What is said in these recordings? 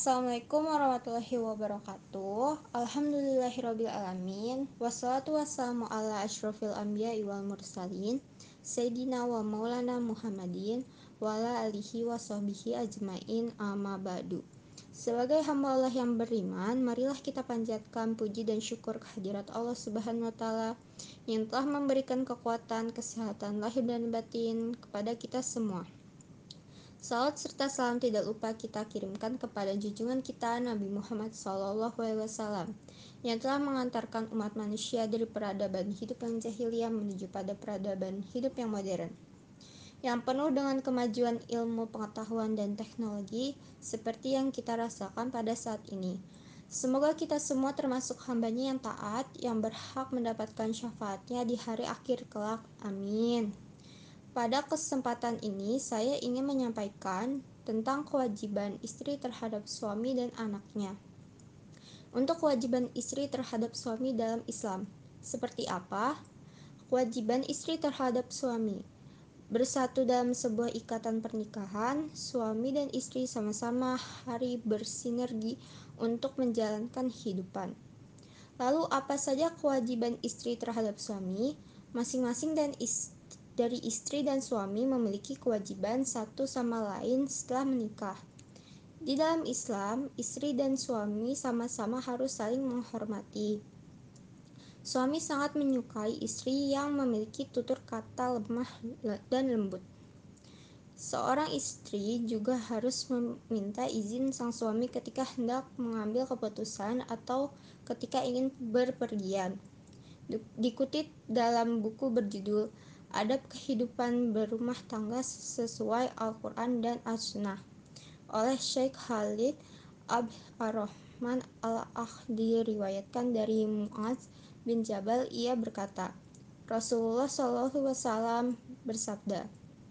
Assalamualaikum warahmatullahi wabarakatuh. Alhamdulillahirabbil alamin. Wassalatu wassalamu ala asyrofil anbiya'i wal mursalin Sayyidina wa maulana Muhammadin wa ala alihi wa sahbihi ajmain, amma ba'du. Sebagai hamba Allah yang beriman, marilah kita panjatkan puji dan syukur kehadirat Allah Subhanahu wa taala yang telah memberikan kekuatan, kesehatan lahir dan batin kepada kita semua. Salawat serta salam tidak lupa kita kirimkan kepada junjungan kita Nabi Muhammad SAW yang telah mengantarkan umat manusia dari peradaban hidup yang jahiliyah menuju pada peradaban hidup yang modern, yang penuh dengan kemajuan ilmu, pengetahuan, dan teknologi seperti yang kita rasakan pada saat ini. Semoga kita semua termasuk hambanya yang taat, yang berhak mendapatkan syafaatnya di hari akhir kelak. Amin. Pada kesempatan ini, saya ingin menyampaikan tentang kewajiban istri terhadap suami dan anaknya. Untuk kewajiban istri terhadap suami dalam Islam, seperti apa? Kewajiban istri terhadap suami: bersatu dalam sebuah ikatan pernikahan, suami dan istri sama-sama harus bersinergi untuk menjalankan kehidupan. Lalu apa saja kewajiban istri terhadap suami? Masing-masing dari istri dan suami memiliki kewajiban satu sama lain setelah menikah. Di dalam Islam, istri dan suami sama-sama harus saling menghormati. Suami sangat menyukai istri yang memiliki tutur kata lemah dan lembut. Seorang istri juga harus meminta izin sang suami ketika hendak mengambil keputusan atau ketika ingin berpergian. Dikutip dalam buku berjudul Adab Kehidupan Berumah Tangga Sesuai Al-Quran dan As-Sunnah oleh Syekh Khalid Ar-Rahman Al-Akhdi, diriwayatkan dari Mu'adz bin Jabal. Ia berkata, Rasulullah SAW bersabda,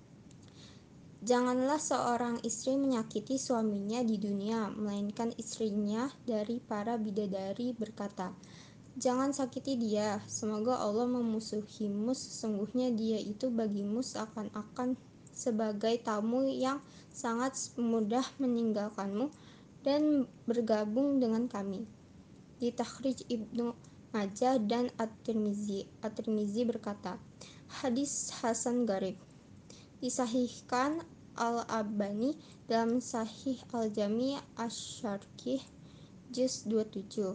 "Janganlah seorang istri menyakiti suaminya di dunia, melainkan istrinya dari para bidadari berkata, jangan sakiti dia, semoga Allah memusuhimu, sesungguhnya dia itu bagimu seakan-akan sebagai tamu yang sangat mudah meninggalkanmu dan bergabung dengan kami." Di Takhrij Ibnu Majah dan At-Tirmizi berkata, hadis hasan gharib. Disahihkan Al-Albani dalam Sahih Al-Jami' Asy-Syarih juz 27.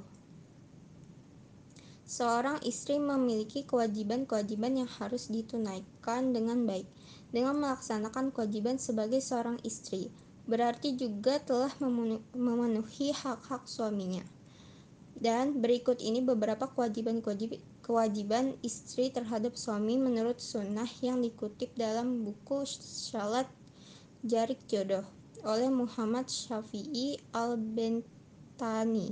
Seorang istri memiliki kewajiban-kewajiban yang harus ditunaikan dengan baik. Dengan melaksanakan kewajiban sebagai seorang istri, berarti juga telah memenuhi hak-hak suaminya. Dan berikut ini beberapa kewajiban istri terhadap suami menurut sunnah yang dikutip dalam buku Syalat Jarik Jodoh oleh Muhammad Syafi'i Al-Bentani.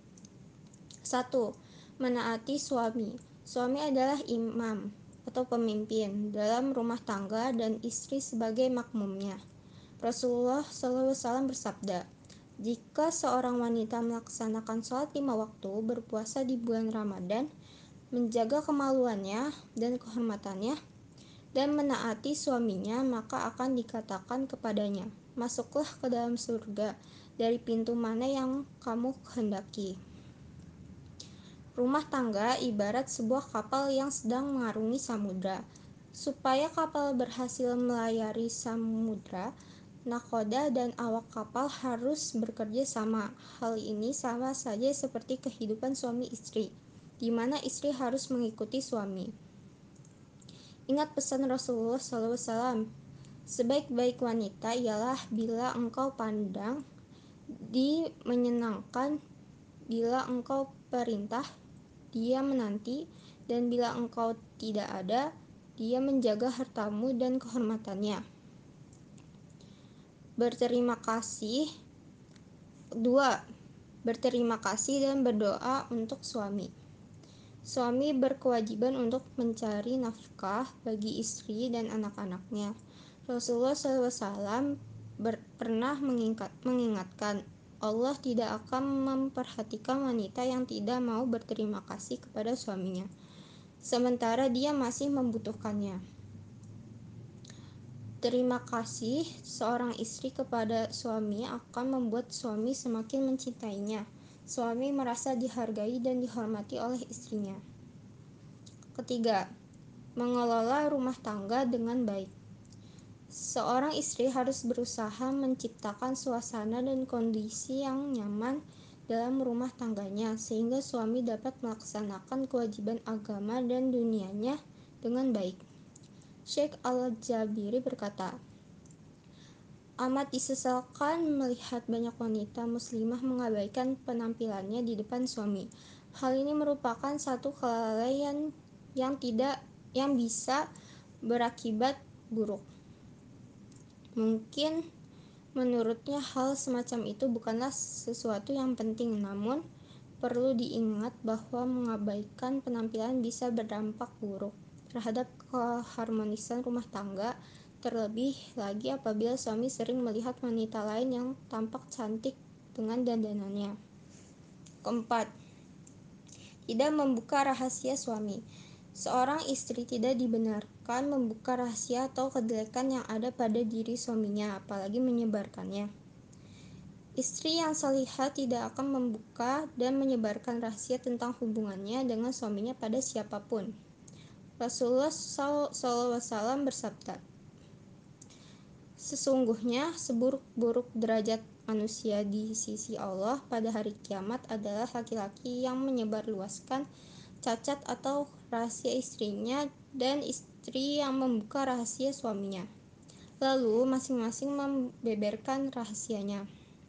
1. Menaati suami. Suami adalah imam atau pemimpin dalam rumah tangga dan istri sebagai makmumnya. Rasulullah SAW bersabda, jika seorang wanita melaksanakan sholat 5 waktu, berpuasa di bulan Ramadan, menjaga kemaluannya dan kehormatannya, dan menaati suaminya, maka akan dikatakan kepadanya, masuklah ke dalam surga dari pintu mana yang kamu kehendaki. Rumah tangga ibarat sebuah kapal yang sedang mengarungi samudra. Supaya kapal berhasil melayari samudra, nakoda dan awak kapal harus bekerja sama. Hal ini sama saja seperti kehidupan suami istri, di mana istri harus mengikuti suami. Ingat pesan Rasulullah SAW, sebaik-baik wanita ialah bila engkau pandang, dia menyenangkan, bila engkau perintah, dia menanti, dan bila engkau tidak ada, dia menjaga hartamu dan kehormatannya. Berterima kasih. 2. Berterima kasih dan berdoa untuk suami. Suami berkewajiban untuk mencari nafkah bagi istri dan anak-anaknya. Rasulullah SAW pernah mengingatkan, Allah tidak akan memperhatikan wanita yang tidak mau berterima kasih kepada suaminya, sementara dia masih membutuhkannya. Berterima kasih seorang istri kepada suami akan membuat suami semakin mencintainya. Suami merasa dihargai dan dihormati oleh istrinya. Ketiga, mengelola rumah tangga dengan baik. Seorang istri harus berusaha menciptakan suasana dan kondisi yang nyaman dalam rumah tangganya sehingga suami dapat melaksanakan kewajiban agama dan dunianya dengan baik. Syekh Al-Jabiri berkata, amat disesalkan melihat banyak wanita muslimah mengabaikan penampilannya di depan suami. Hal ini merupakan satu kelalaian yang bisa berakibat buruk. Mungkin menurutnya hal semacam itu bukanlah sesuatu yang penting, namun perlu diingat bahwa mengabaikan penampilan bisa berdampak buruk terhadap keharmonisan rumah tangga, terlebih lagi apabila suami sering melihat wanita lain yang tampak cantik dengan dandanannya. Keempat, tidak membuka rahasia suami. Seorang istri tidak dibenarkan membuka rahasia atau kejelekan yang ada pada diri suaminya, apalagi menyebarkannya. Istri yang salihah tidak akan membuka dan menyebarkan rahasia tentang hubungannya dengan suaminya pada siapapun. Rasulullah SAW bersabda, sesungguhnya seburuk-buruk derajat manusia di sisi Allah pada hari kiamat adalah laki-laki yang menyebarluaskan cacat atau rahasia istrinya dan istri yang membuka rahasia suaminya, lalu masing-masing membeberkan rahasianya.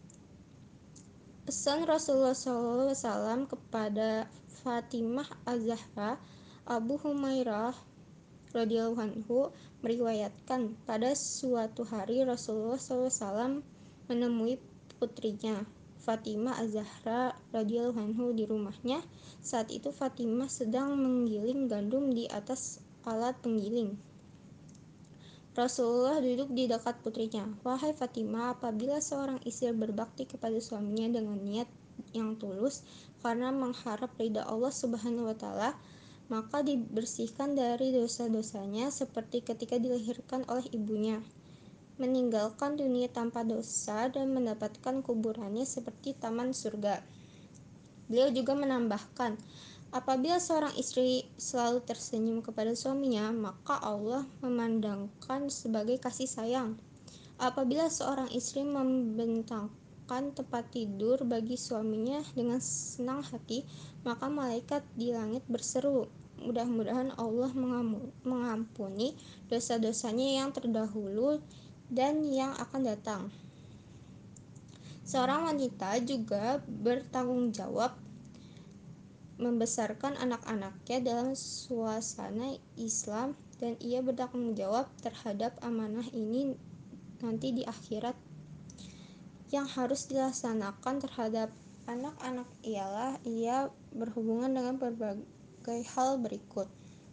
Pesan Rasulullah SAW kepada Fatimah Az-Zahra, Abu Humairah radhiyallahu anhu meriwayatkan, pada suatu hari Rasulullah SAW menemui putrinya Fatimah Az-Zahra radhiyallahu anhu di rumahnya. Saat itu Fatimah sedang menggiling gandum di atas alat penggiling. Rasulullah duduk di dekat putrinya. Wahai Fatimah, apabila seorang istri berbakti kepada suaminya dengan niat yang tulus karena mengharap ridha Allah Subhanahu wa taala, maka dibersihkan dari dosa-dosanya seperti ketika dilahirkan oleh ibunya, meninggalkan dunia tanpa dosa dan mendapatkan kuburannya seperti taman surga. Beliau juga menambahkan, apabila seorang istri selalu tersenyum kepada suaminya, maka Allah memandangkan sebagai kasih sayang. Apabila seorang istri membentangkan tempat tidur bagi suaminya dengan senang hati, maka malaikat di langit berseru, mudah-mudahan Allah mengampuni dosa-dosanya yang terdahulu dan yang akan datang. Seorang wanita juga bertanggung jawab membesarkan anak-anaknya dalam suasana Islam, dan ia bertanggung jawab terhadap amanah ini nanti di akhirat. Yang harus dilaksanakan terhadap anak-anak ialah ia berhubungan dengan berbagai hal berikut.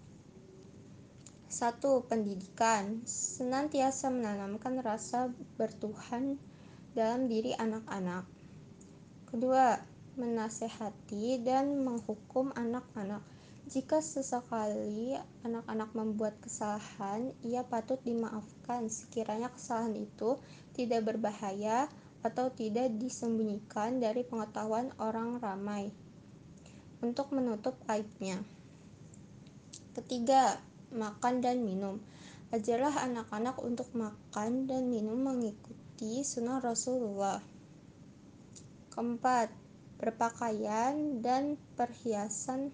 1. Pendidikan. Senantiasa menanamkan rasa bertuhan dalam diri anak-anak. 2. Menasehati dan menghukum anak-anak. Jika sesekali anak-anak membuat kesalahan, ia patut dimaafkan sekiranya kesalahan itu tidak berbahaya atau tidak disembunyikan dari pengetahuan orang ramai untuk menutup aibnya. 3. Makan dan minum. Ajarlah anak-anak untuk makan dan minum mengikuti sunnah Rasulullah. 4. Berpakaian dan perhiasan.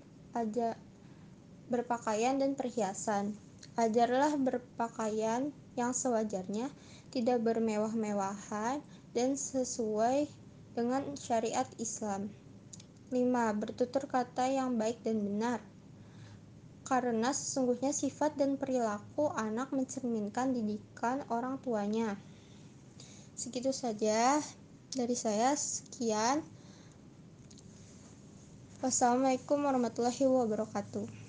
Ajarlah berpakaian yang sewajarnya, tidak bermewah-mewahan, dan sesuai dengan syariat Islam. 5. Bertutur kata yang baik dan benar, karena sesungguhnya sifat dan perilaku anak mencerminkan didikan orang tuanya. Segitu saja dari saya, sekian. Wassalamualaikum warahmatullahi wabarakatuh.